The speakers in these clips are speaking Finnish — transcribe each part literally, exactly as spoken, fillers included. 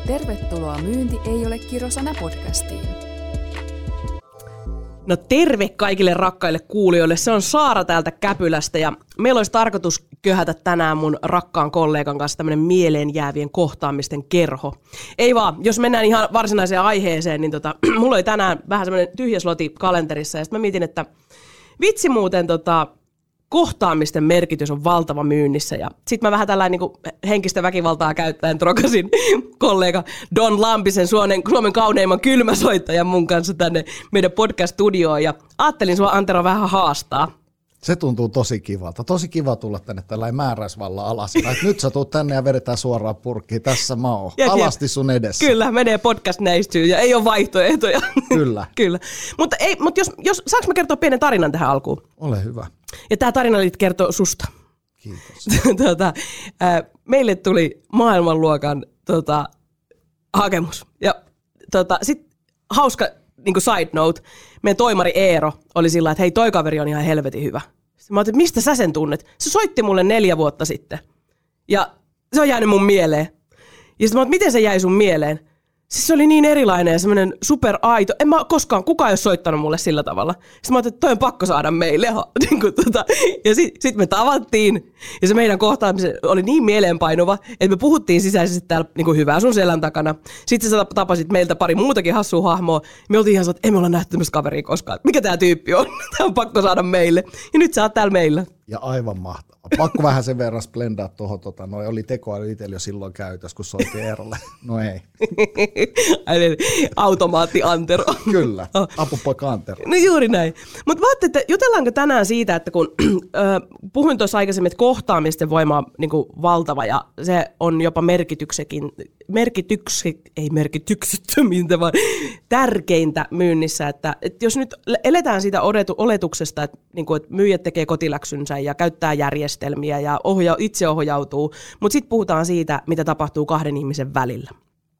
Tervetuloa Myynti ei ole kirosana podcastiin. No terve kaikille rakkaille kuulijoille, se on Saara täältä Käpylästä ja meillä olisi tarkoitus köhätä tänään mun rakkaan kollegan kanssa tämmöinen mieleen jäävien kohtaamisten kerho. Ei vaan, jos mennään ihan varsinaiseen aiheeseen, niin tota, mulla oli tänään vähän semmoinen tyhjä sloti kalenterissa ja sitten mä mietin, että vitsi muuten tota, kohtaamisten merkitys on valtava myynnissä ja sitten mä vähän tällainen niin kuin henkistä väkivaltaa käyttäen trokasin kollega Don Lampisen Suomen, Suomen kauneimman kylmäsoittajan mun kanssa tänne meidän podcast-studioon ja ajattelin sua Antero vähän haastaa. Se tuntuu tosi kivalta. Tosi kiva tulla tänne tällainen määräisvallan alas. Nyt sä tuut tänne ja vedetään suoraan purkkiin. Tässä mä oon. Alasti sun edessä. Kyllä, menee podcast näistyy ja ei ole vaihtoehtoja. Kyllä. Kyllä. Mutta, ei, mutta jos, jos, saanko mä kertoa pienen tarinan tähän alkuun? Ole hyvä. Ja tämä tarina kertoo susta. Kiitos. tota, äh, meille tuli maailmanluokan tota, hakemus. Ja tota, sitten hauska niin kuin side note, meidän toimari Eero oli sillä, että hei, toi kaveri on ihan helvetin hyvä. Sitten mä ajattelin, että mistä sä sen tunnet? Se soitti mulle neljä vuotta sitten. Ja se on jäänyt mun mieleen. Ja sitten mä ajattelin, miten se jäi sun mieleen? Siis se oli niin erilainen ja semmoinen superaito. En mä koskaan, kukaan ei ole soittanut mulle sillä tavalla. Sitten mä ajattelin, että toi on pakko saada meille. Ja sitten sit me tavattiin. Ja se meidän kohtaaminen oli niin mieleenpainuva, että me puhuttiin sisäisesti täällä niin kuin hyvää sun selän takana. Sitten sä tapasit meiltä pari muutakin hassua hahmoa. Me oltiin ihan että emme olla nähty tämmöistä kaveria koskaan. Mikä tää tyyppi on? Tää on pakko saada meille. Ja nyt sä oot täällä meillä. Ja aivan mahtava. Pakko vähän sen verran splendaa tuohon. Tota, no, oli tekoäly itsellä jo silloin käytössä, kun soitti Eerolle. No ei. Automaatti Antero. Kyllä, apupoika Antero. No juuri näin. Mutta mä ajattelin, että jutellaanko tänään siitä, että kun äh, puhuin tuossa aikaisemmin, että kohtaamisten voima on niin kuin valtava ja se on jopa merkityksekin, merkityksi, ei merkityksettömintä, vaan tärkeintä myynnissä. Että, että jos nyt eletään siitä oletuksesta, että, niin kuin, että myyjät tekee kotiläksynsä ja käyttää järjestelmiä ja ohja, itse ohjautuu, mutta sitten puhutaan siitä, mitä tapahtuu kahden ihmisen välillä.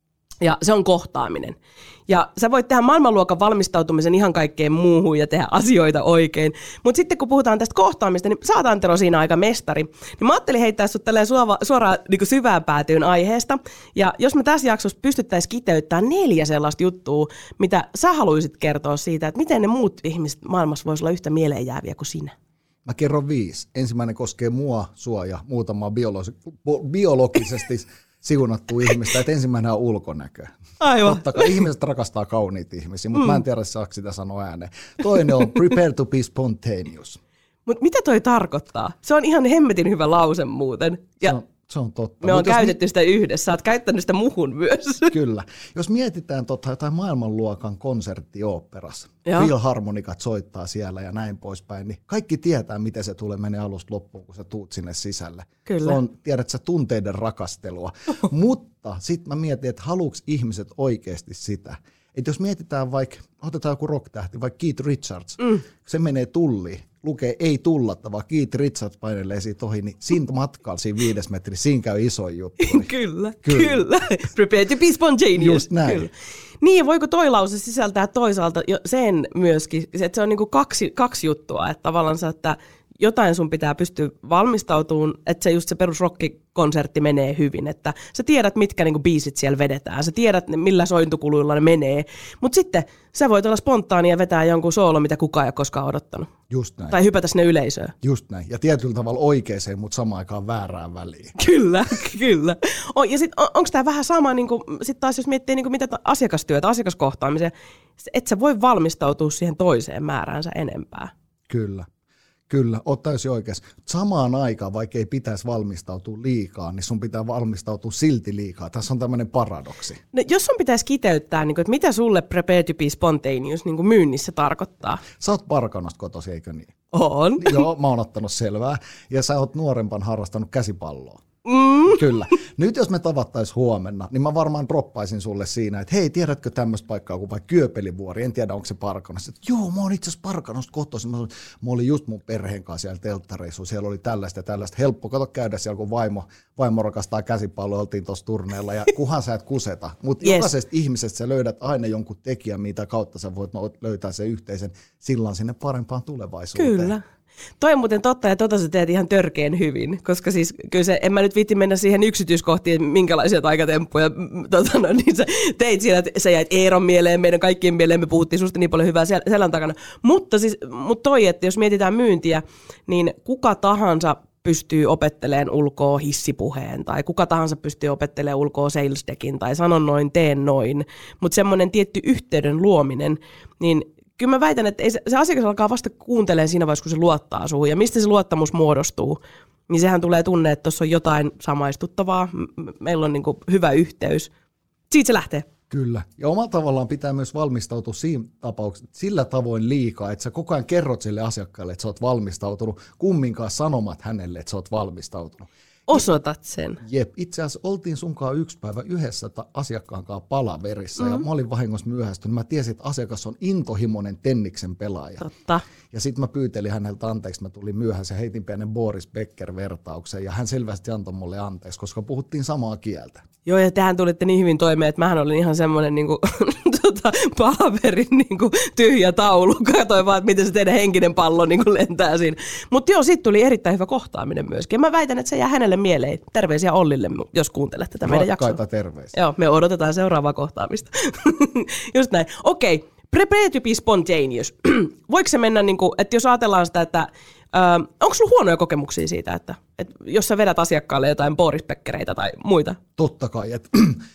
Ja se on kohtaaminen. Ja sä voit tehdä maailmanluokan valmistautumisen ihan kaikkeen muuhun ja tehdä asioita oikein. Mutta sitten kun puhutaan tästä kohtaamista, niin sä oot Antero siinä aika mestari. Niin mä ajattelin heittää sut tälleen suora, suoraan niin syvään päätyyn aiheesta. Ja jos me tässä jaksossa pystyttäisiin kiteyttämään neljä sellaista juttua, mitä sä haluaisit kertoa siitä, että miten ne muut ihmiset maailmassa voisi olla yhtä mieleenjääviä kuin sinä. Mä kerron viisi. Ensimmäinen koskee mua, sua ja muutamaa biologi- biologisesti siunattua ihmistä, että ensimmäinen on ulkonäkö. Aivan. Totta kai ihmiset rakastaa kauniita ihmisiä, mutta mm. mä en tiedä, saako sitä sanoa ääneen. Toinen on prepare to be spontaneous. Mutta mitä toi tarkoittaa? Se on ihan hemmetin hyvä lause muuten. Ja se, on, se on totta. Me on käytetty mi- sitä yhdessä. Sä oot käyttänyt sitä muhun myös. Kyllä. Jos mietitään tota, jotain maailmanluokan konserttioopperassa, filharmonikat soittaa siellä ja näin poispäin, niin kaikki tietää, miten se tulee menee alusta loppuun, kun sä tuut sinne sisälle. Kyllä. Se on, tiedät sä, tunteiden rakastelua. Mutta sitten mä mietin, että haluuks ihmiset oikeasti sitä. Että jos mietitään vaikka, otetaan joku rock-tähti, vaikka Keith Richards, mm. se menee tulliin, lukee ei tullatta, vaan Keith Richards painelee siitä ohi, niin siinä matkalla, siinä viides metri, siinä käy iso juttu. Niin. Kyllä, kyllä, kyllä. Prepare to be spontaneous. Just näin. Kyllä. Niin, ja voiko toi lause sisältää toisaalta sen myöskin, että se on niinku kaksi, kaksi juttua, että tavallaan se, että jotain sun pitää pystyä valmistautumaan, että se just se perusrokkikonsertti menee hyvin, että sä tiedät, mitkä niinku biisit siellä vedetään, sä tiedät, millä sointukuluilla ne menee, mutta sitten sä voit olla spontaani ja vetää jonkun soolo, mitä kukaan ei ole koskaan odottanut. Just näin. Tai hypätä sinne yleisöön. Just näin. Ja tietyllä tavalla oikeeseen, mutta samaan aikaan väärään väliin. Kyllä, kyllä. O, ja sitten on, onko tämä vähän sama, niinku, sit taas jos miettii niinku, mitä asiakastyötä, asiakaskohtaamiseen, et sä voi valmistautua siihen toiseen määräänsä enempää. Kyllä. Kyllä, oot täysin oikeassa. Samaan aikaan, vaikka ei pitäisi valmistautua liikaa, niin sun pitää valmistautua silti liikaa. Tässä on tämmöinen paradoksi. No, jos sun pitäisi kiteyttää, niin kuin, että mitä sulle prepare to be spontaneous niin kuin myynnissä tarkoittaa? Sä oot Parkanosta kotosi, eikö niin? On. Joo, mä oon ottanut selvää. Ja sä oot nuorempan harrastanut käsipalloa. Mm. Kyllä. Nyt jos me tavattaisiin huomenna, niin mä varmaan droppaisin sulle siinä, että hei, tiedätkö tämmöistä paikkaa kuin vaikka Kyöpelivuori, en tiedä onko se Parkanossa. Joo, mä oon itse asiassa Parkanosta kotoisin. Mä, mä olin just mun perheen kanssa siellä telttareissuilla, siellä oli tällaista ja tällaista. Helppo, kato käydä siellä, kun vaimo, vaimo rakastaa käsipalloa, oltiin tuossa turneella ja kuhan sä et kuseta. Mutta yes. Jokaisesta ihmisestä sä löydät aina jonkun tekijän, mitä kautta sä voit löytää sen yhteisen sillan sinne parempaan tulevaisuuteen. Kyllä. Toi on muuten totta, ja tota sä teet ihan törkeen hyvin, koska siis kyllä se, en mä nyt viitti mennä siihen yksityiskohtiin, minkälaisia taikatemppuja tota, no, niin sä teit siellä, että sä jäit Eeron mieleen, meidän kaikkien mieleen, me puhuttiin susta niin paljon hyvää sel- selän takana. Mutta siis, mut toi, että jos mietitään myyntiä, niin kuka tahansa pystyy opettelemaan ulkoa hissipuheen, tai kuka tahansa pystyy opettelemaan ulkoa sales deckin, tai sanon noin, teen noin, mutta semmoinen tietty yhteyden luominen, niin kyllä mä väitän, että se, se asiakas alkaa vasta kuuntelemaan siinä vaiheessa, kun se luottaa suhun. Ja mistä se luottamus muodostuu, niin sehän tulee tunne, että tuossa on jotain samaistuttavaa. Meillä on niin kuin hyvä yhteys. Siitä se lähtee. Kyllä. Ja omalla tavallaan pitää myös valmistautua siinä tapauksessa sillä tavoin liikaa, että sä koko ajan kerrot sille asiakkaalle, että sä oot valmistautunut, kumminkaan sanomat hänelle, että sä oot valmistautunut. Osoitat sen. Jep, itse asiassa oltiin sunkaan yksi päivä yhdessä ta- asiakkaan kanssa palaverissa mm-hmm. ja mä olin vahingossa myöhästynyt. Mä tiesin, että asiakas on intohimoinen tenniksen pelaaja. Totta. Ja sitten mä pyytelin häneltä anteeksi, mä tulin myöhässä ja heitin pienen Boris Becker-vertauksen ja hän selvästi antoi mulle anteeksi, koska puhuttiin samaa kieltä. Joo, ja tehän tulitte niin hyvin toimeen, että mähän olin ihan semmoinen niinku, tota, palaverin niinku, tyhjä taulu. Katoin vaan, että miten se teidän henkinen pallo niinku, lentää siinä. Mutta joo, siitä tuli erittäin hyvä kohtaaminen myöskin. Ja mä väitän, että se jää hänelle mieleen. Terveisiä Ollille, jos kuuntelet tätä meidän jaksoa. Rakkaita terveisiä. Joo, me odotetaan seuraavaa kohtaamista. Just näin. Okei, okay. Prepare to be spontaneous. Voiko se mennä, niinku, että jos ajatellaan sitä, että Öö, onko sulla huonoja kokemuksia siitä, että, että jos sä vedät asiakkaalle jotain Boris Beckereitä tai muita? Totta kai. Että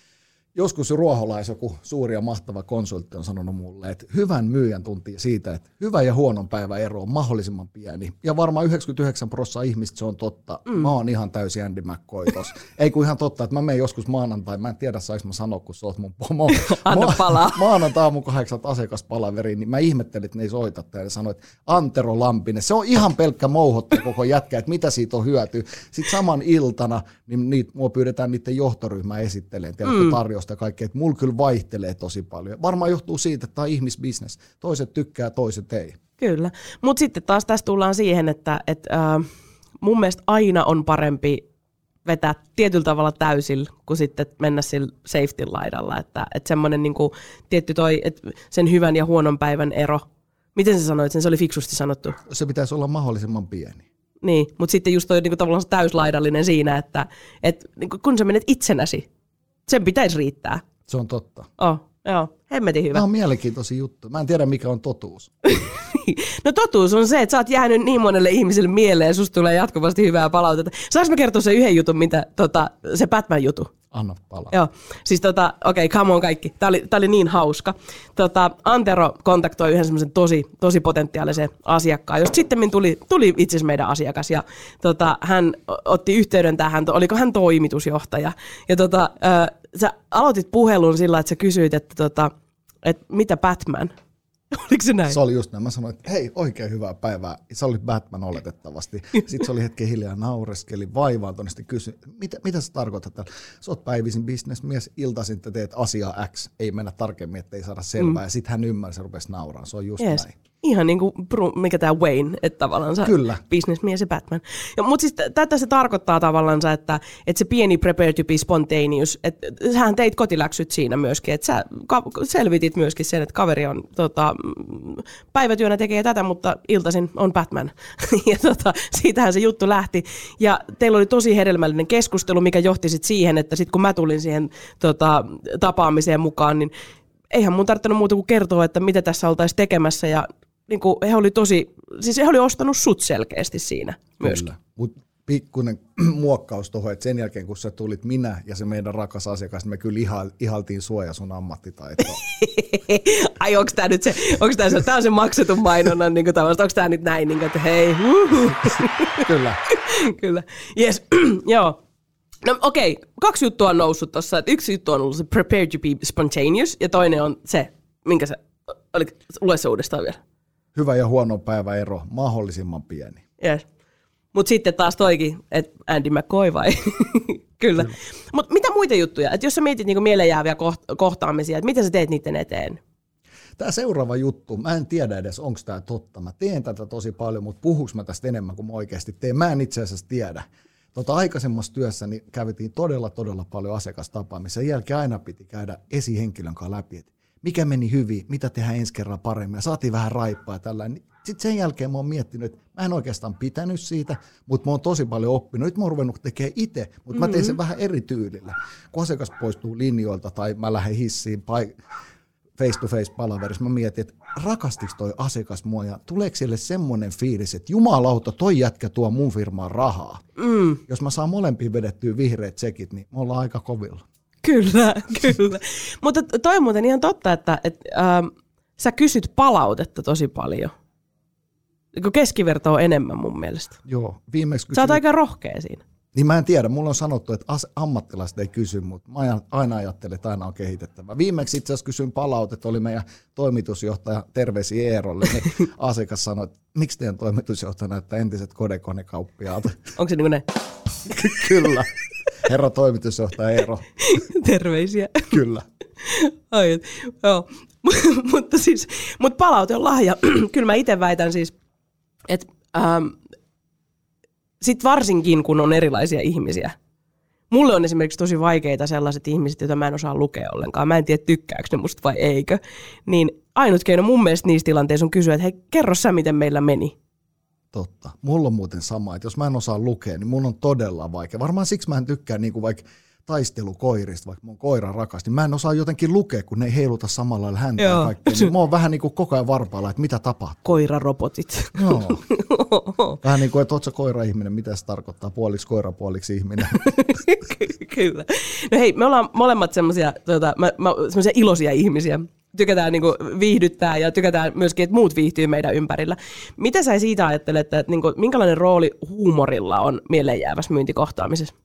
joskus Ruoholais, joku suuri ja mahtava konsultti on sanonut mulle, että hyvän myyjän tuntii siitä, että hyvä ja huonon päivän ero on mahdollisimman pieni. Ja varmaan yhdeksänkymmentäyhdeksän prosenttia ihmistä se on totta. Mm. Mä oon ihan täysin Andy McCoy tos. Ei kun ihan totta, että mä menen joskus maanantai, mä en tiedä saanko mä sanoa, kun sä oot mun pomo. Anna palaa. Maanantai aamu kahdeksalta asiakaspalaveriin, niin mä ihmettelin, että ne ei soita ja sanoin, että Antero Lampinen, se on ihan pelkkä mouhottaja koko jätkä, että mitä siitä on hyötyä. Sitten saman iltana, niin niitä, mua pyydetään niiden johtoryhmää esittelemään, tiedätkö, mm. tarjousta ja kaikkea, että mulla kyllä vaihtelee tosi paljon. Varmaan johtuu siitä, että tämä on ihmisbisnes. Toiset tykkää, toiset ei. Kyllä, mutta sitten taas tässä tullaan siihen, että et, äh, mun mielestä aina on parempi vetää tietyllä tavalla täysillä, kuin sitten mennä sillä safety laidalla. Että et semmoinen niinku, tietty toi, et sen hyvän ja huonon päivän ero. Miten sä sanoit sen? Se oli fiksusti sanottu. Se pitäisi olla mahdollisimman pieni. Niin, mutta sitten just toi niinku, tavallaan täyslaidallinen siinä, että et, niinku, kun sä menet itsenäsi, sen pitäisi riittää. Se on totta. Oh, joo, hemmetin hyvä. Tämä on mielenkiintoisia juttu. Mä en tiedä, mikä on totuus. No totuus on se, että sä oot jäänyt niin monelle ihmiselle mieleen ja susta tulee jatkuvasti hyvää palautetta. Saanko mä kertoa sen yhden jutun, mitä, tota, se Batman-jutu? Anna palaa. Joo, siis tota, okei, okay, come on kaikki. Tää oli, tää oli niin hauska. Tota, Antero kontaktoi yhden semmoisen tosi, tosi potentiaalisen asiakkaan, josta sitten tuli, tuli itse asiassa meidän asiakas. Ja tota, hän otti yhteyden tähän, oliko hän toimitusjohtaja. Ja tota, äh, sä aloitit puhelun sillä, että sä kysyit, että, tota, että mitä Batman? Oliko se näin? Se oli just näin. Mä sanoin, että hei, oikein hyvää päivää. Se oli Batman oletettavasti. Sitten se oli hetken hiljaa, naureskeli, vaivaantunut, sitten kysyi, mitä, mitä sä tarkoitat täällä? Sä oot päivisin bisnesmies, iltaisin te teet asiaa X, ei mennä tarkemmin, ettei saada selvää. Mm. Ja sitten hän ymmärsi ja rupesi nauraan. Se on just yes. näin. Ihan niin kuin, mikä tämä Wayne, että tavallaan Kyllä. Businessmies ja Batman. Mutta siis tätä se tarkoittaa tavallaan, että, että se pieni prepare to be spontaneous, että sähän teit kotiläksyt siinä myöskin, että sä selvitit myöskin sen, että kaveri on tota, päivätyönä tekee tätä, mutta iltaisin on Batman. Ja tota, siitähän se juttu lähti. Ja teillä oli tosi hedelmällinen keskustelu, mikä johti sit siihen, että sit kun mä tulin siihen tota, tapaamiseen mukaan, niin eihän mun tarvinnut muuta kuin kertoa, että mitä tässä oltaisiin tekemässä ja niin kuin he oli tosi, siis he oli ostanut sut selkeästi siinä myöskin. Kyllä, mutta pikkuinen muokkaus tuohon, että sen jälkeen kun sä tulit minä ja se meidän rakas asiakas, me kyllä iha, ihaltiin sua ja sun ammattitaitoa. Ai onko tämä nyt se, onko tämä se, tämä on se maksetun mainonnan niin kuin tavallaan, onko tämä nyt näin, niin kuin, että hei. Kyllä. Kyllä, jes, joo. No okei, okay. Kaksi juttua on noussut tuossa. Yksi juttu on ollut se prepare to be spontaneous ja toinen on se, minkä se, oli, lue se uudestaan vielä. Hyvä ja huono päivä ero, mahdollisimman pieni. Yes. Mutta sitten taas toikin, että Andy McCoy vai? Kyllä. Kyllä. Mutta mitä muita juttuja? Et jos sä mietit niinku mieleen jääviä koht- kohtaamisia, että mitä sä teet niiden eteen? Tämä seuraava juttu, mä en tiedä edes, onko tämä totta. Mä teen tätä tosi paljon, mutta puhuuko mä tästä enemmän kuin mä oikeasti teen? Mä en itse asiassa tiedä. Tota, aikaisemmassa työssäni kävitiin todella, todella paljon asiakastapaamisia. Sen jälkeen aina piti käydä esihenkilön kanssa läpi, että mikä meni hyvin, mitä tehdään ensi kerralla paremmin, ja saatiin vähän raippaa ja tällainen. Sitten sen jälkeen mä oon miettinyt, että mä en oikeastaan pitänyt siitä, mutta mä oon tosi paljon oppinut. Nyt mä oon ruvennut tekemään itse, mutta mm-hmm. mä teen sen vähän eri tyylillä. Kun asiakas poistuu linjoilta tai mä lähden hissiin paik- face-to-face palaverissa, mä mietin, että rakastiks toi asiakas mua ja tuleeko sille semmoinen fiilis, että jumalauta, toi jätkä tuo mun firmaan rahaa. Mm. Jos mä saan molempiin vedettyä vihreät tsekit, niin me ollaan aika kovilla. Kyllä, kyllä. Mutta toi on muuten ihan totta, että et, ähm, sä kysyt palautetta tosi paljon. Keskiverto on enemmän mun mielestä. Joo, viimeksi kysyin. Sä oot aika rohkea siinä. Niin mä en tiedä, mulla on sanottu, että as- ammattilaiset ei kysy, mutta mä aina ajattelen, että aina on kehitettävä. Viimeksi itse asiassa kysyin palautetta, oli meidän toimitusjohtaja, terveisi Eerolle, niin asiakas sanoi, että miksi teidän toimitusjohtaja näyttää entiset kodekonekauppiaat? Onko se niin kuin ne? Kyllä, herra toimitusjohtaja Eero. Terveisiä. Kyllä. Ai, joo. mutta siis, mutta palaute on lahja. Kyllä mä itse väitän siis, että ähm, sit varsinkin kun on erilaisia ihmisiä. Mulle on esimerkiksi tosi vaikeita sellaiset ihmiset, joita mä en osaa lukea ollenkaan. Mä en tiedä, tykkääkö ne musta vai eikö. Niin ainut keino mun mielestä niissä tilanteissa on kysyä, että hei, kerro sä, miten meillä meni. Totta. Mulla on muuten sama, että jos mä en osaa lukea, niin mun on todella vaikea. Varmaan siksi mä en tykkää niinku vaikka taistelukoirista, vaikka mun koira rakas, niin mä en osaa jotenkin lukea, kun ne ei heiluta samalla lailla häntä ja kaikkea. Niin mä oon vähän niin kuin koko ajan varpaalla, että mitä tapahtuu. Koirarobotit. Joo. Vähän niin kuin, että oot sä koira-ihminen, mitä se tarkoittaa, puoliksi koira, puoliksi ihminen. Kyllä. No hei, me ollaan molemmat semmoisia tota, iloisia ihmisiä. Tykätään niinku viihdyttää ja tykätään myöskin, että muut viihtyy meidän ympärillä. Mitä sä siitä ajattelet, että, että niinku, minkälainen rooli huumorilla on mieleenjäävässä myyntikohtaamisessa?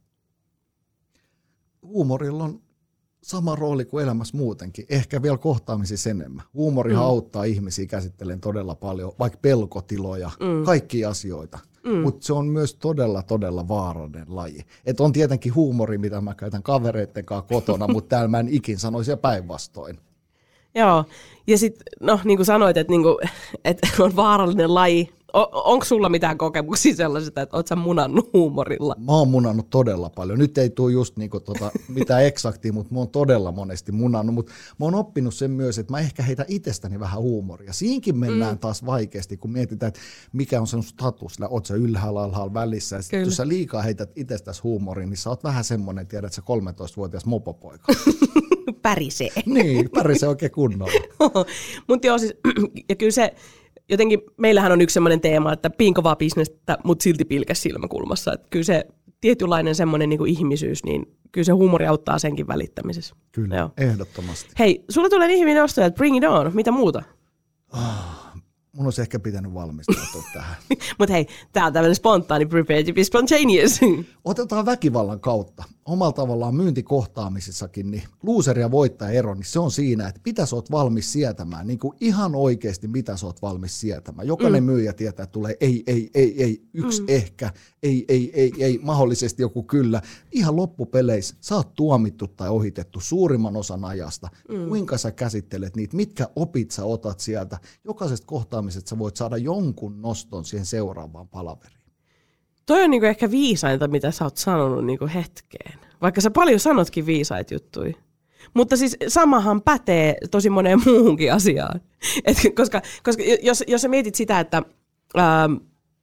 Huumorilla on sama rooli kuin elämässä muutenkin, ehkä vielä kohtaamisissa enemmän. Huumorihan mm. auttaa ihmisiä käsittelemään todella paljon, vaikka pelkotiloja, mm. kaikkia asioita. Mm. Mutta se on myös todella, todella vaarallinen laji. Et on tietenkin huumori, mitä mä käytän kavereitten kanssa kotona, mutta täällä mä en ikin sanoisi päinvastoin. Joo, ja sitten, no niin kuin sanoit, että niinku, et on vaarallinen laji. O- onko sulla mitään kokemuksia sellaisesta, että oot sä munannut huumorilla? Mä oon munannut todella paljon. Nyt ei tule just niinku tota, mitään eksaktia, mutta mä oon todella monesti munannut. Mutta mä oon oppinut sen myös, että mä ehkä heitän itsestäni vähän huumoria. Siinkin mennään mm. taas vaikeasti, kun mietitään, että mikä on sen status. Oot sä ylhäällä, alhaalla, välissä. Ja sit, jos sä liikaa heität itsestäsi huumoria, niin sä oot vähän semmoinen, tiedät, että sä kolmetoistavuotias mopopoika. Pärisee. Niin, pärisee oikein kunnolla. Mutta joo, siis, ja kyllä se, jotenkin meillähän on yksi semmoinen teema, että piinkovaa bisnestä, mutta silti pilkäs silmäkulmassa. Että kyllä se tietynlainen semmoinen niin kuin ihmisyys, niin kyllä se huumori auttaa senkin välittämisessä. Kyllä, joo. Ehdottomasti. Hei, sulla tulee niin hyvin nostoja, että bring it on. Mitä muuta? Oh, mun olisi ehkä pitänyt valmistautua tähän. Mutta hei, tää on tämmöinen spontaani, prepare to be spontaneous. Otetaan väkivallan kautta. Omalla tavallaan myyntikohtaamisissakin, niin loser ja voittaja ero, niin se on siinä, että mitä sä oot valmis sietämään. Niin kuin ihan oikeasti, mitä sä oot valmis sietämään. Jokainen mm. myyjä tietää, että tulee ei, ei, ei, ei, yksi mm. ehkä, ei, ei, ei, ei, mahdollisesti joku kyllä. Ihan loppupeleissä sä oot tuomittu tai ohitettu suurimman osan ajasta. Mm. Kuinka sä käsittelet niitä, mitkä opit sä otat sieltä. Jokaisesta kohtaamisesta sä voit saada jonkun noston siihen seuraavaan palaveriin. Toi on niinku ehkä viisainta, mitä sä oot sanonut niinku hetkeen. Vaikka sä paljon sanotkin viisaita juttuja. Mutta siis samahan pätee tosi moneen muuhunkin asiaan. Et koska koska jos, jos sä mietit sitä, että ähm,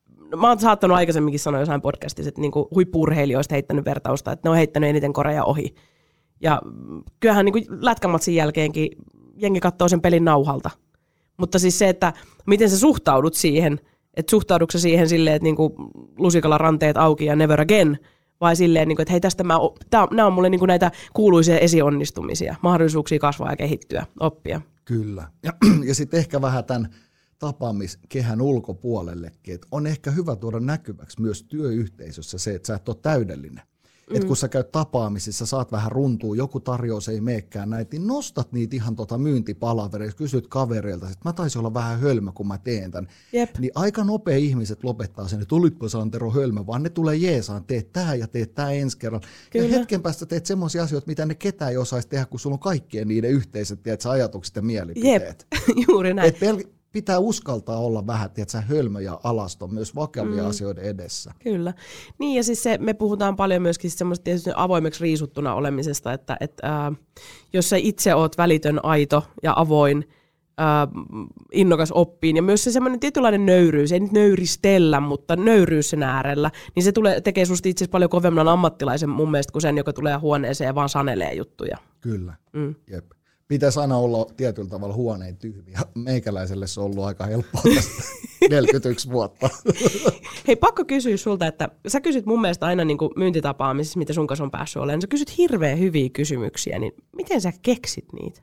mä oon saattanut aikaisemminkin sanoa jossain podcastissa, että niinku huippu-urheilijoista heittänyt vertausta, että ne on heittänyt eniten koreja ohi. Ja kyllähän niinku lätkämatsin jälkeenkin jengi katsoo sen pelin nauhalta. Mutta siis se, että miten sä suhtaudut siihen, että suhtaudutko sä siihen silleen, että niinku lusikalla ranteet auki ja never again, vai silleen, että hei tästä mä, tää, nämä on mulle niinku näitä kuuluisia esionnistumisia, mahdollisuuksia kasvaa ja kehittyä, oppia. Kyllä. Ja, ja sitten ehkä vähän tämän tapaamiskehän ulkopuolellekin, että on ehkä hyvä tuoda näkyväksi myös työyhteisössä se, että sä et ole täydellinen. Mm. Että kun sä käyt tapaamisissa, saat vähän runtua, joku tarjous ei meekään näitä, niin nostat niitä ihan tota myyntipalavereita, kysyt kavereilta, että mä taisin olla vähän hölmö, kun mä teen tämän. Jep. Niin aika nopea ihmiset lopettaa sen, että olitpa Santero hölmö, vaan ne tulee jeesaan, teet tää ja teet tää ensi kerran. Kyllä. Ja hetken päästä teet semmoisia asioita, mitä ne ketään ei osaisi tehdä, kun sulla on kaikkien niiden yhteiset tiedät, ajatukset ja mielipiteet. Jep, juuri näin. Et pel- pitää uskaltaa olla vähän, tiedätkö, hölmö ja alaston myös vakavia mm. asioiden edessä. Kyllä. Niin ja siis se, me puhutaan paljon myöskin semmoista tietysti avoimeksi riisuttuna olemisesta, että et, äh, jos sä itse oot välitön, aito ja avoin, äh, innokas oppiin ja myös se semmoinen tietynlainen nöyryys, ei nyt nöyristellä, mutta nöyryys sen äärellä, niin se tulee, tekee susta itse asiassa paljon kovemman ammattilaisen mun mielestä kuin sen, joka tulee huoneeseen ja vaan sanelee juttuja. Kyllä, mm. jep. Pitäisi aina olla tietyllä tavalla huoneen tyhmiä. Meikäläiselle se on ollut aika helppoa tästä neljäkymmentäyksi vuotta. Hei, pakko kysyä sulta, että sä kysyt mun mielestä aina niin kuin myyntitapaamisissa, mitä sun kanssa on päässyt olemaan. Sä kysyt hirveän hyviä kysymyksiä, niin miten sä keksit niitä?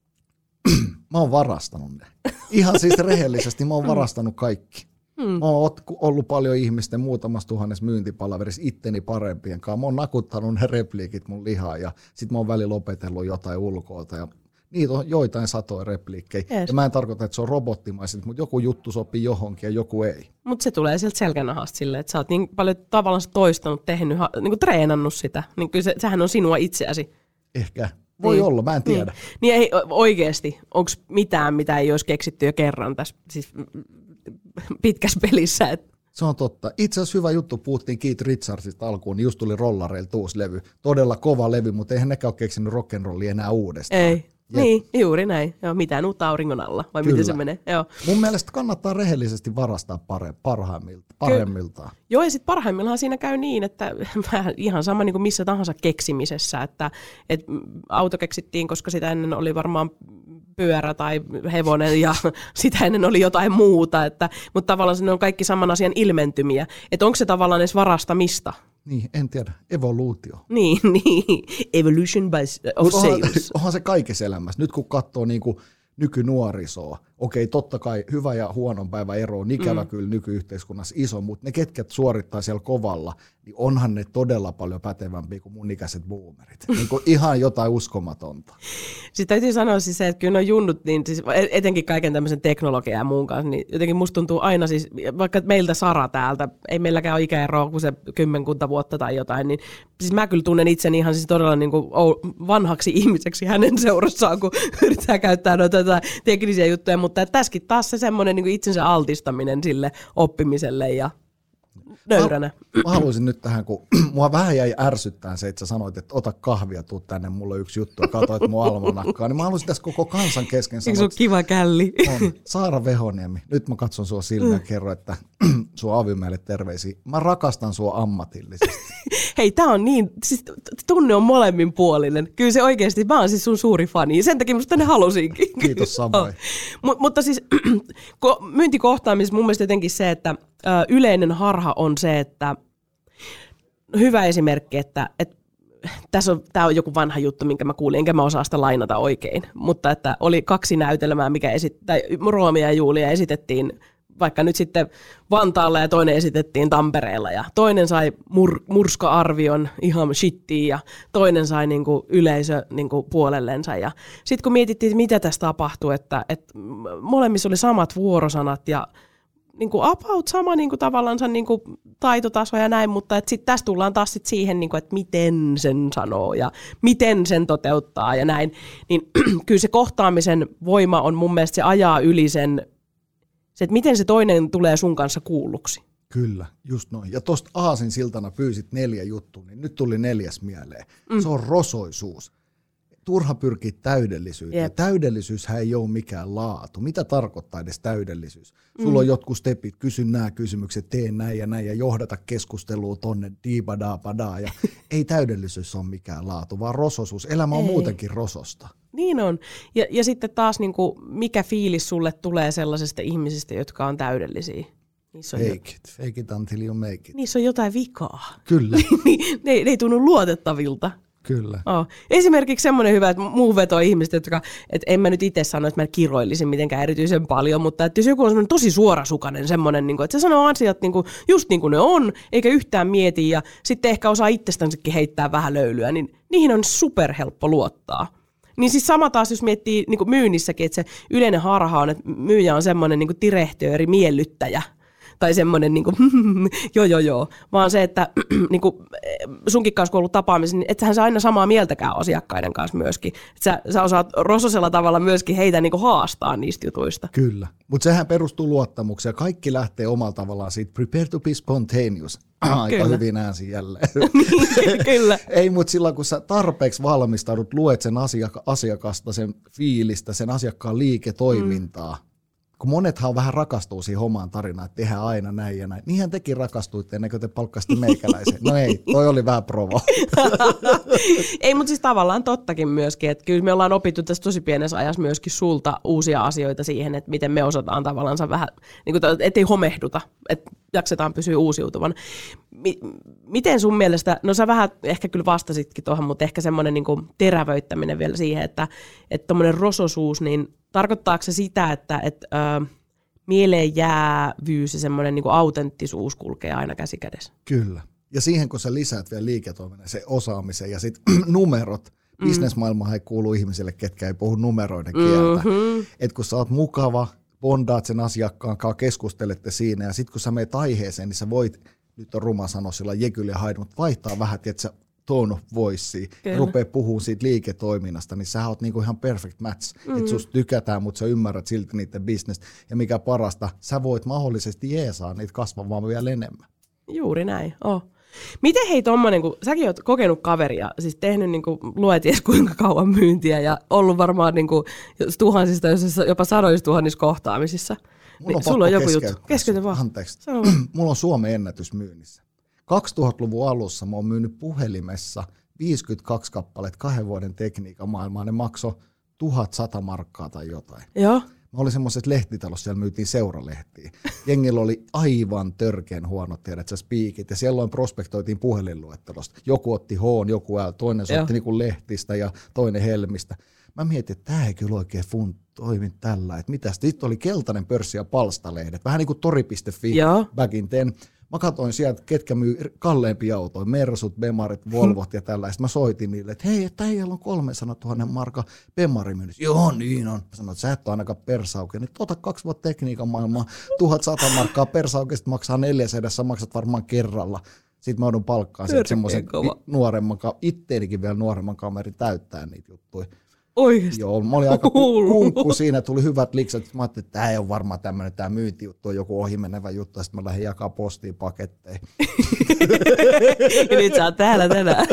Mä oon varastanut ne. Ihan siis rehellisesti mä oon varastanut kaikki. Hmm. Mä oon ollut paljon ihmisten muutamassa tuhannessa myyntipalaverissa itteni parempien kanssa. Mä oon nakuttanut ne repliikit mun lihaa ja sit mä oon välillä opetellut jotain ulkoilta ja niitä on joitain satoja repliikkejä. Yes. Ja mä en tarkoita, että se on robottimaiset, mutta joku juttu sopii johonkin ja joku ei. Mutta se tulee sieltä selkänahasta silleen, että sä oot niin paljon tavallaan toistanut, tehnyt, niin kuin treenannut sitä. Niin kyllä se, sehän on sinua itseäsi. Ehkä. Voi niin. olla, mä en tiedä. Niin, niin ei oikeasti, onko mitään, mitä ei olisi keksitty jo kerran tässä siis pitkässä pelissä? Et. Se on totta. Itse asiassa hyvä juttu, puhuttiin Keith Richardsista alkuun, niin just tuli Rollareilta uusi levy. Todella kova levy, mutta eihän nekään ole keksinyt rock'n'rollia enää uudestaan. Ei. Jep. Niin, juuri näin. Joo, mitään uutta auringon alla, vai Kyllä. miten se menee? Joo. Mun mielestä kannattaa rehellisesti varastaa pare, parhaimmilta, parhaimmiltaan. Ky- Joo, ja sitten parhaimmillaan siinä käy niin, että ihan sama niin kuin missä tahansa keksimisessä, että, että auto keksittiin, koska sitä ennen oli varmaan pyörä tai hevonen ja sitä ennen oli jotain muuta, että, mutta tavallaan ne on kaikki saman asian ilmentymiä. Että onko se tavallaan edes varastamista? Niin, en tiedä. Evoluutio. Niin, niin. Evolution by of sales. Onhan, onhan se kaikessa elämässä. Nyt kun katsoo niin kuin nykynuorisoa, okei, totta kai hyvä ja huonon päivän ero on ikävä mm. kyllä nykyyhteiskunnassa iso, mutta ne ketkä suorittaa siellä kovalla, niin onhan ne todella paljon pätevämpiä kuin mun ikäiset boomerit. Niin kuin ihan jotain uskomatonta. Sitten täytyy sanoa siis se, että kyllä on junnut, niin siis etenkin kaiken tämmöisen teknologian ja muun kanssa, niin jotenkin musta tuntuu aina siis, vaikka meiltä Sara täältä, ei meilläkään ole ikäeroa kuin se kymmenkunta vuotta tai jotain, niin siis mä kyllä tunnen itseni ihan siis todella niin kuin vanhaksi ihmiseksi hänen seurassaan, kun yrittää käyttää noita teknisiä juttuja, mutta tässäkin taas se semmoinen niin itsensä altistaminen sille oppimiselle ja nöyränä. Mä, mä haluaisin nyt tähän, kun mua vähän jäi ärsyttää se, että sä sanoit, että ota kahvia, tuu tänne, mulla on yksi juttu ja katsoit mun almanakkaa, niin mä haluaisin tässä koko kansan kesken sanoa. Eikö se ole kiva källi? On. Saara Vehoniemi, nyt mä katson sua silmään ja kerron, että sua avimeille terveisiä. Mä rakastan sua ammatillisesti. Hei, tää on niin, siis tunne on molemminpuolinen. Kyllä se oikeasti, mä oon siis sun suuri fani. Sen takia musta tänne halusinkin. Kiitos samoin. Mut, mutta siis myyntikohtaamisessa mun mielestä jotenkin se, että ö, yleinen harha on se, että hyvä esimerkki, että, että tässä on, tää on joku vanha juttu, minkä mä kuulin, enkä mä osaa sitä lainata oikein. Mutta että oli kaksi näytelmää, mikä esit, tai Roomia ja Julia esitettiin vaikka nyt sitten Vantaalla ja toinen esitettiin Tampereella ja toinen sai mur- murska-arvion ihan shittiin ja toinen sai niinku yleisö niinku puolellensa. Ja sitten kun mietittiin, mitä tässä tapahtui, että, että molemmissa oli samat vuorosanat ja niinku about sama niinku tavallaan niinku taitotaso ja näin, mutta sitten tässä tullaan taas sit siihen, niinku, että miten sen sanoo ja miten sen toteuttaa ja näin. Niin kyllä se kohtaamisen voima on mun mielestä se ajaa yli sen, se, että miten se toinen tulee sun kanssa kuulluksi. Kyllä, just noin. Ja tuosta aasinsiltana pyysit neljä juttua, niin nyt tuli neljäs mieleen. Mm. Se on rosoisuus. Turha pyrkiä täydellisyyteen. Yep. Täydellisyyshän ei ole mikään laatu. Mitä tarkoittaa edes täydellisyys? Sulla mm. on jotkut stepit, kysy nämä kysymykset, tee näin ja näin ja johdata keskustelua tonne, diibadaa ja ei täydellisyys ole mikään laatu, vaan rosoisuus. Elämä on ei. muutenkin rososta. Niin on. Ja, ja sitten taas niin kuin, mikä fiilis sulle tulee sellaisista ihmisistä, jotka on täydellisiä? Niissä on fake jo... it, fake it until you make it. Niissä on jotain vikaa. Kyllä. ne, ne ei tunnu luotettavilta. Kyllä. Oh. Esimerkiksi semmoinen hyvä, että muu veto ihmiset, jotka, että en mä nyt itse sano, että mä kirjoilisin mitenkään erityisen paljon, mutta että jos joku on semmoinen tosi suorasukainen semmoinen, että se sanoo asiat just niin kuin ne on, eikä yhtään mieti ja sitten ehkä osaa itsestänsäkin heittää vähän löylyä, niin niihin on superhelppo luottaa. Niin siis sama taas, jos miettii niin kuin myynnissäkin, että se yleinen harha on, että myyjä on semmoinen niin kuin direhtööri, miellyttäjä. tai semmoinen niin kuin, joo joo joo, vaan se, että niin kuin, sunkin kanssa kun on ollut tapaamisen, niin etsähän sä aina samaa mieltäkään asiakkaiden kanssa myöskin. Et sä, sä osaat rososella tavalla myöskin heitä niin kuin haastaa niistä jutuista. Kyllä, mutta sehän perustuu luottamukseen. Kaikki lähtee omalla tavallaan siitä prepare to be spontaneous. Aika kyllä. Hyvin äänsin jälleen. Kyllä. Ei, mutta silloin kun sä tarpeeksi valmistaudut, luet sen asiaka- asiakasta, sen fiilistä, sen asiakkaan liiketoimintaa, mm. kun monethan vähän rakastuu siihen omaan tarinaan, että tehdään aina näin ja näin. Niinhän tekin rakastuitte ennen kuin te palkkasitte meikäläisen. No ei, toi oli vähän provo. Ei, mutta siis tavallaan tottakin myöskin, että kyllä me ollaan opittu tässä tosi pienessä ajassa myöskin sulta uusia asioita siihen, että miten me osataan tavallaan vähän, niin kuin, ettei homehduta, että jaksetaan pysyä uusiutuvan. Miten sun mielestä, no sä vähän ehkä kyllä vastasitkin tuohon, mutta ehkä semmoinen niin kuin terävöittäminen vielä siihen, että että tommoinen rososuus, niin tarkoittaako se sitä, että että ö, mieleenjäävyys ja semmoinen niin kuin autenttisuus kulkee aina käsi kädessä? Kyllä. Ja siihen, kun sä lisäät vielä liiketoiminnan, se osaamisen ja sitten numerot, mm. bisnesmaailmahan ei kuulu ihmisille, ketkä ei puhu numeroiden kieltä. Mm-hmm. Että kun sä oot mukava, bondaat sen asiakkaan kanssa, keskustelette siinä ja sitten kun sä meet aiheeseen, niin sä voit, nyt on ruma sanoa sillä Jekyll ja Hyde, mutta vaihtaa vähän, että sä tone of voicea ja rupeaa puhumaan siitä liiketoiminnasta, niin sä oot niinku ihan perfect match, mm-hmm. että susta tykätään, mutta sä ymmärrät silti niiden business. Ja mikä parasta, sä voit mahdollisesti jeesaa niitä kasvamaan vielä enemmän. Juuri näin, oh. Miten hei tommonen, kun säkin oot kokenut kaveria, siis tehnyt niinku lueties kuinka kauan myyntiä ja ollut varmaan niinku tuhansista, jopa sadoissa tuhannissa kohtaamisissa. Mulla on niin, sulla on joku keskeyttä. juttu. Keskeytä vaan. Anteeksi. Mulla on Suomen ennätys myynnissä. kaksituhattaluvun alussa mä oon myynyt puhelimessa viisikymmentäkaksi kappaleet kahden vuoden tekniikan maailmaan. Ne maksoi tuhatsata markkaa tai jotain. Joo. Mä olin semmoisessa lehtitalossa, siellä myytiin seuralehtiä. Jengillä oli aivan törkeän huonot, tiedät sä, spiikit, ja siellä prospektoitiin puhelinluettelosta. Joku otti H, joku L, toinen soitti niinku lehtistä ja toinen Helmistä. Mä mietin, että tää ei kyllä oikein fun toimi tällä, että mitä sitten oli keltainen pörssi ja palstalehdet, vähän niin kuin tori piste fi back in ten. Mä katsoin sieltä, ketkä myy kalleimpia autoja, Mersut, Bemarit, Volvot ja tällaista. Mä soitin niille, että hei, että äijällä on kolmesataatuhatta markan Bemari myynnissä. Joo, niin on. Mä sanoin, että sä et ole ainakaan persauke. Nyt ota kaksi vuotta tekniikan maailmaa, tuhatsata markkaa persaukesta maksaa neljäs, maksat varmaan kerralla. Sitten mä oudun palkkaan sieltä semmoisen nuoremman, itteenikin vielä nuoremman kamerin täyttää niitä juttuja. Oikeasti. Joo, mä olin aika kunkku siinä, tuli hyvät liksat. Mä ajattelin, että tämä ei ole varmaan tämmöinen, tämä myyntijuttu on joku ohimenevä juttu, ja sitten mä lähdin jakaa postiin paketteja. Ja nyt sä oot täällä tänään.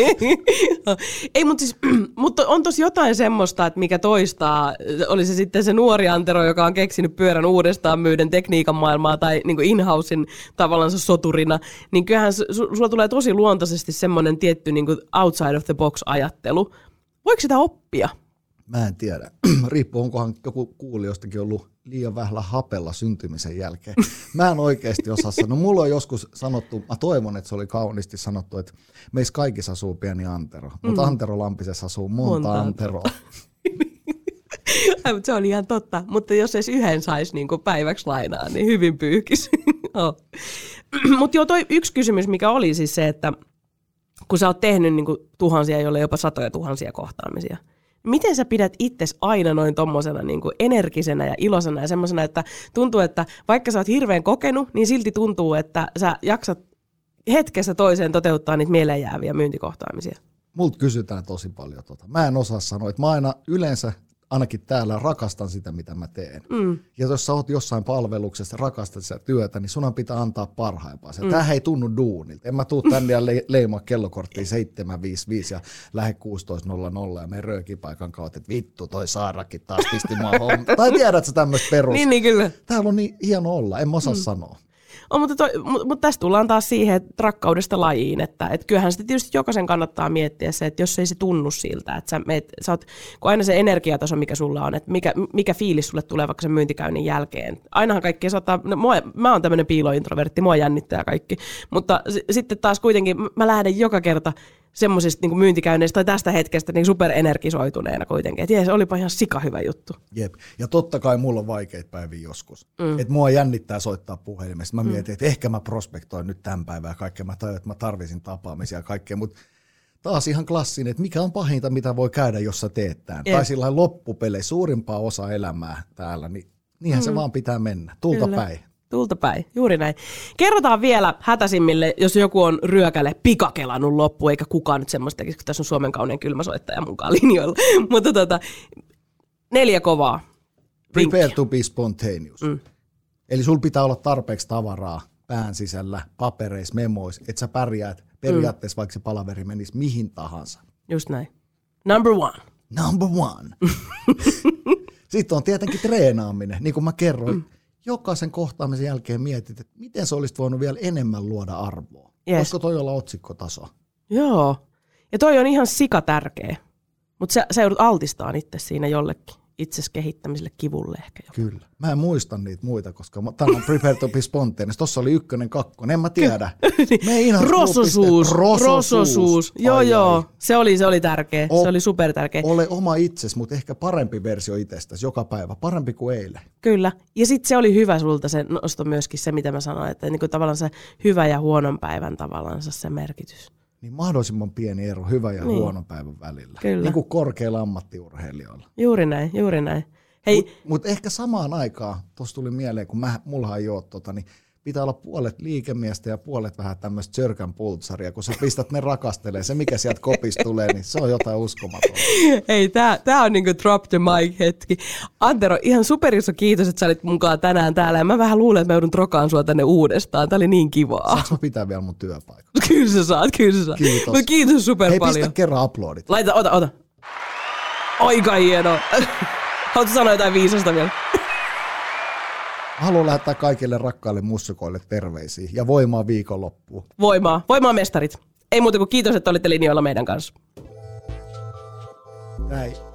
Ei, mutta siis, mutta on tossa jotain semmoista, että mikä toistaa, oli se sitten se nuori Antero, joka on keksinyt pyörän uudestaan myyden tekniikan maailmaa tai niin kuin in-housein tavallaan soturina, niin kyllähän su- sulla tulee tosi luontaisesti semmoinen tietty niin kuin outside of the box ajattelu. Voiko sitä oppia? Mä en tiedä. Riippuu, onkohan joku kuulijoistakin ollut liian vähällä hapella syntymisen jälkeen. Mä en oikeasti osaa sanoa. Mulla on joskus sanottu, mä toivon, että se oli kauniisti sanottu, että meissä kaikissa asuu pieni Antero, mm. mutta Antero Lampisessa asuu monta, monta Anteroa. Ai, mutta se on ihan totta, mutta jos edes yhden saisi niin kuin päiväksi lainaa, niin hyvin pyyhkisi. oh. Mutta joo, toi yksi kysymys, mikä oli siis se, että kun sä oot tehnyt niin kuin tuhansia, jolle jopa satoja tuhansia kohtaamisia, miten sä pidät itsesi aina noin tommosena niin kuin energisenä ja iloisena ja semmosena, että tuntuu, että vaikka sä oot hirveän kokenut, niin silti tuntuu, että sä jaksat hetkessä toiseen toteuttaa niitä mieleen jääviä myyntikohtaamisia? Multa kysytään tosi paljon tota. Mä en osaa sanoa, että mä aina yleensä ainakin täällä rakastan sitä, mitä mä teen. Mm. Ja jos sä oot jossain palveluksessa, rakastat sitä työtä, niin sunhan pitää antaa parhaimpaa. Mm. Tämähän ei tunnu duunilta. En mä tuu tänne ja le- leimaa kellokorttiin seitsemän viisikymmentäviisi ja lähde kuusitoista nolla nolla ja mene röökipaikan kautta, että vittu toi Saarakin taas pisti mua homma. Tai tiedät sä tämmöistä perus. niin, niin kyllä. Täällä on niin hieno olla, en mä osaa mm. sanoa. On, mutta, toi, mutta, mutta tästä tullaan taas siihen, että rakkaudesta lajiin, että, että kyllähän sitä tietysti jokaisen kannattaa miettiä se, että jos ei se tunnu siltä, että sä, meet, sä oot, kun aina se energiataso, mikä sulla on, että mikä, mikä fiilis sulle tulee vaikka sen myyntikäynnin jälkeen. Ainahan kaikki saattaa, no, mua, mä oon tämmöinen piilointrovertti, mua jännittää kaikki, mutta s- sitten taas kuitenkin mä lähden joka kerta semmoisista niin myyntikäynneistä tai tästä hetkestä niin superenergisoituneena kuitenkin. Että se olipa ihan sika hyvä juttu. Jep. Ja totta kai mulla on vaikeita päiviä joskus. Mm. Että mua jännittää soittaa puhelimesta. Mä mm. mietin, että ehkä mä prospektoin nyt tämän päivän ja kaikkea. Mä tajun, että mä tarvisin tapaamisia ja kaikkea. Mutta taas ihan klassinen, että mikä on pahinta, mitä voi käydä, jos sä teet tämän. Yep. Tai sillä lailla loppupeleissä suurimpaa osa elämää täällä, niin niinhän mm. se vaan pitää mennä. Tulta Kyllä. päin. Tuulta päin, juuri näin. Kerrotaan vielä hätäisimmille, jos joku on ryökälle pikakelannut loppu, eikä kukaan nyt semmoista tekisi, kun tässä on Suomen kaunein kylmäsoittaja mukaan linjoilla. Mutta tota, neljä kovaa. Prepare to be spontaneous. Mm. Eli sul pitää olla tarpeeksi tavaraa pään sisällä, papereissa, memoissa, että sä pärjäät periaatteessa, mm. vaikka se palaveri menisi mihin tahansa. Just näin. Number one. Number one. Sitten on tietenkin treenaaminen, niin kuin mä kerroin. Mm. Jokaisen kohtaamisen jälkeen mietit, että miten sä olisit voinut vielä enemmän luoda arvoa. Yes. Voisiko toi olla otsikkotaso? Joo. Ja toi on ihan sika tärkeä. Mutta sä, sä joudut altistaan itse siinä jollekin itses kehittämiselle kivulle ehkä. Joku. Kyllä. Mä en muista niitä muita, koska tämä on Prepare to be Spontaneous. Tossa oli ykkönen, kakkonen. En mä tiedä. Rososuus. Rososuus. Joo, ai, joo. Ai. Se oli, se oli tärkeä. O- se oli super tärkeä. Ole oma itsesi, mutta ehkä parempi versio itsestäsi joka päivä. Parempi kuin eilen. Kyllä. Ja sitten se oli hyvä sulta se nosto myöskin se, mitä mä sanoin, että niinku tavallaan se hyvä ja huonon päivän tavallaan se merkitys. Niin mahdollisimman pieni ero hyvän ja niin. huonon päivän välillä. Kyllä. Niin kuin korkeilla ammattiurheilijoilla. Juuri näin, juuri näin. Mutta mut ehkä samaan aikaan, tuossa tuli mieleen, kun mä, mullahan ei ole, tota, niin pitää olla puolet liikemiestä ja puolet vähän tämmöistä sörkän pultsaria, kun sä pistät ne rakastelee, se mikä sieltä kopista tulee, niin se on jotain uskomatonta. Hei, tää, tää on niinku drop the mic hetki. Antero, ihan superiso kiitos, että sä olit mukaan tänään täällä, ja mä vähän luulen, että mä joudun trokaan sua tänne uudestaan. Tää oli niin kivaa. Saanko mä pitää vielä mun työpaikan? Kyllä sä saat, kyllä sä saat. Kiitos. Mut kiitos super Hei, paljon. Hei, pistä kerran aplodit. Laita, ota, ota. Aika hienoa. Haluatko sanoa jotain viisasta vielä? Haluan lähettää kaikille rakkaille mussukoille terveisiä ja voimaa viikonloppuun. Voimaa. Voimaa mestarit. Ei muuta kuin kiitos, että olitte linjoilla meidän kanssa. Näin.